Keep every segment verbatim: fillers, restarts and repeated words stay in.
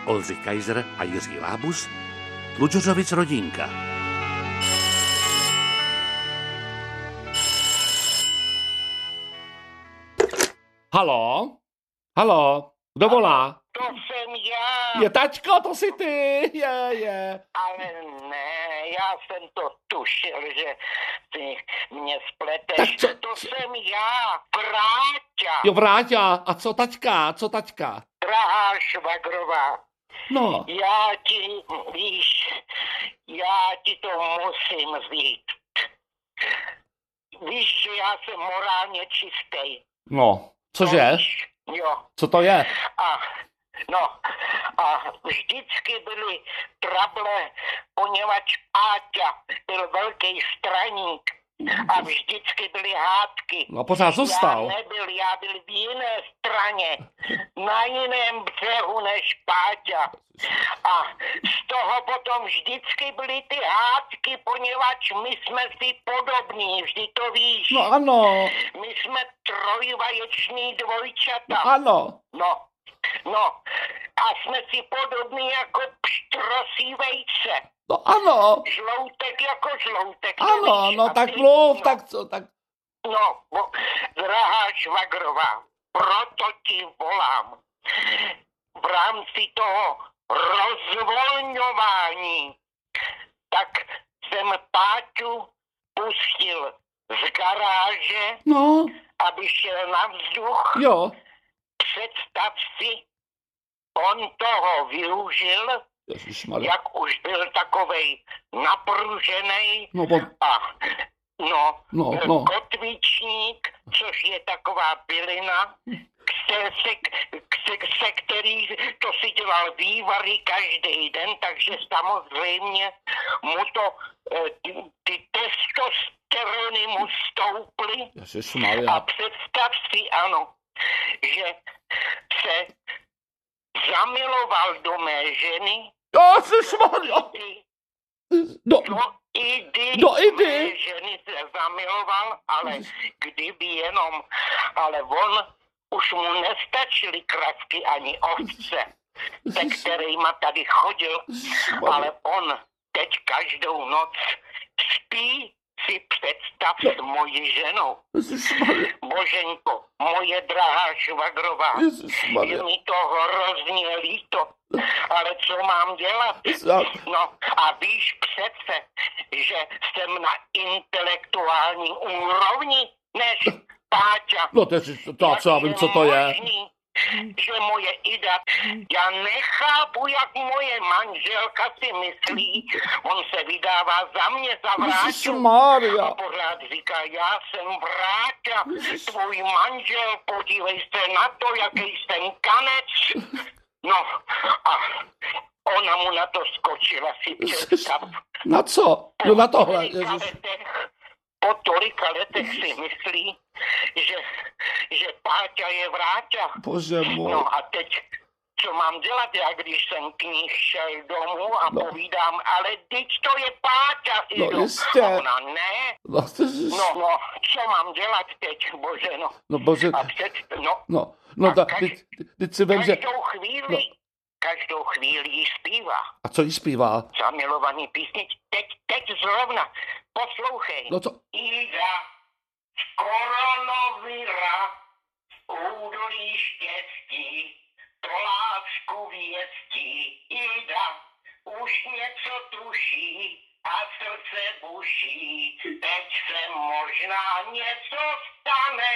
Oldřich Kaiser a Jiří Lábus, Tlučořovic rodinka. Haló? Haló? Kdo volá? To jsem já. Je tačko, to jsi ty, je, je. Ale ne, já jsem to tušil, že ty mě spleteš. Tak co, to co? jsem já, Vráťa. Jo, Vráťa, a co tačka, co tačka? Drahá švagrová. No. Já ti, víš, já ti to musím říct. Víš, že já jsem morálně čistý. No, cože? Víš? Jo. Co to je? A, no, a vždycky byly trable, poněvadž Áťa byl velký straník a vždycky byly hádky. No, pořád zůstal. Já nebyl, já byl v jiné straně, na jiném břehu než Páťa. A z toho potom vždycky byly ty hádky, poněvadž my jsme si podobní, vždy to víš. No ano. My jsme trojvaječný dvojčata. No ano. No, no. A jsme si podobní jako pštrosí vejce. No ano. Žloutek jako žloutek. Ano, víš? no A tak ty- mluv, no, tak co, tak... No, bo, drahá švagrová, proto ti volám. V rámci toho rozvolňování, tak jsem Páťu pustil z garáže, No, aby šel na vzduch. jo. Představ si, on toho využil, Ježišmarja. jak už byl takovej napružený No, bo... a no, No, no. kotvičník, což je taková bylina, se, se, se, se který to si dělal vývary každý den, takže samozřejmě mu to, eh, ty, ty testosterony mu stouply. Ježišmarja. A představ si, ano, že se zamiloval do mé ženy. Ježišmarja. Ty, No, do Idy, Do Idy? mé ženy se zamiloval, ale kdyby jenom, ale on už mu nestačily krávky ani ovce, se kterýma tady chodil, ale on teď každou noc spí, si představ s mojí ženou. Ježišmarja. Boženko, moje drahá švagrová, je Ježišmarja. mi to hrozně líto, ale co mám dělat? Já- No a víš přece, že jsem na intelektuální úrovni než Páťa. No to je, to, co já vím, co to je. Možný, že moje Ida, já nechápu, jak moje manželka si myslí, on se vydává za mě, za Vráťu. A Ježišmarja. pořád říká, já jsem Vráťa, tvůj manžel, podívej se na to, jaký jsem kanec. No a ona mu na to skočila, si představ. Na co? No na tohle. tolika Ježiš. letech, po tolika letech si myslí, že, že Páťa je Vráťa. Bože můj. No a teď, co mám dělat já, když jsem k ní šel domů a No. povídám, ale teď to je Páťa, No, Ido. jistě. A ona ne. No, ježiš. No, no, co mám dělat teď, bože, no. No bože. A před, no, No, no, A ta, kaž- teď, teď si vem, že... každou chvíli, No. každou chvíli jí zpívá. A co jí zpívá? Zamilovaný písnič, teď, teď zrovna, poslouchej. No co? Ida z koronavira v údolí štěstí, to lásku věstí. Ida už něco tuší a srdce buší, teď se možná něco stane.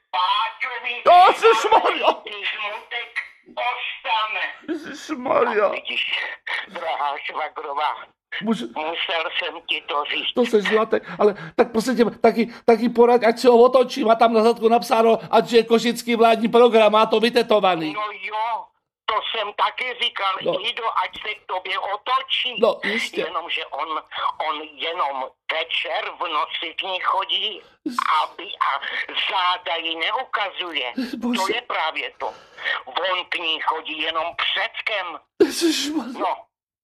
Páťovi Ježišmarja. ty smutek ostane. Ježišmarja. Vidíš, drahá švagrová, Může... musel jsem ti to říct. To seš zlaté, ale tak prosím tě, taky, taky poraď, ať si ho otočím a tam na zadku napsáno, ať je košický vládní program, má to vytetovaný. No jo, to jsem taky říkal, No. no. Ido, ať se k tobě otočí. No, jistě. Jenomže on, on jenom večer v noci k ní chodí, aby a záda jí neukazuje. Bože. To je právě to. On k ní chodí jenom předkem. Ježišmarja. No.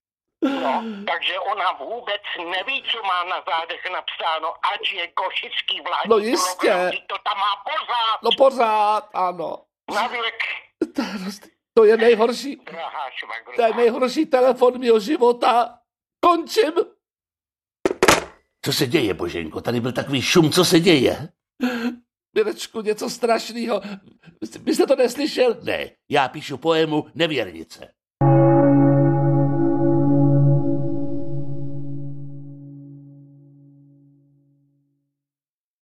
No, takže ona vůbec neví, co má na zádech napsáno, ať je košický vládní No jistě. program, vždyť to tam má pořád, No pořád, ano. na věk. To je hrozný. To je nejhorší, drahá švagrová. to je nejhorší telefon mého života. Končím. Co se děje, Boženko? Tady byl takový šum, co se děje? Mirečku, něco strašného. Vy jste to neslyšel? Ne, já píšu poému Nevěrnice.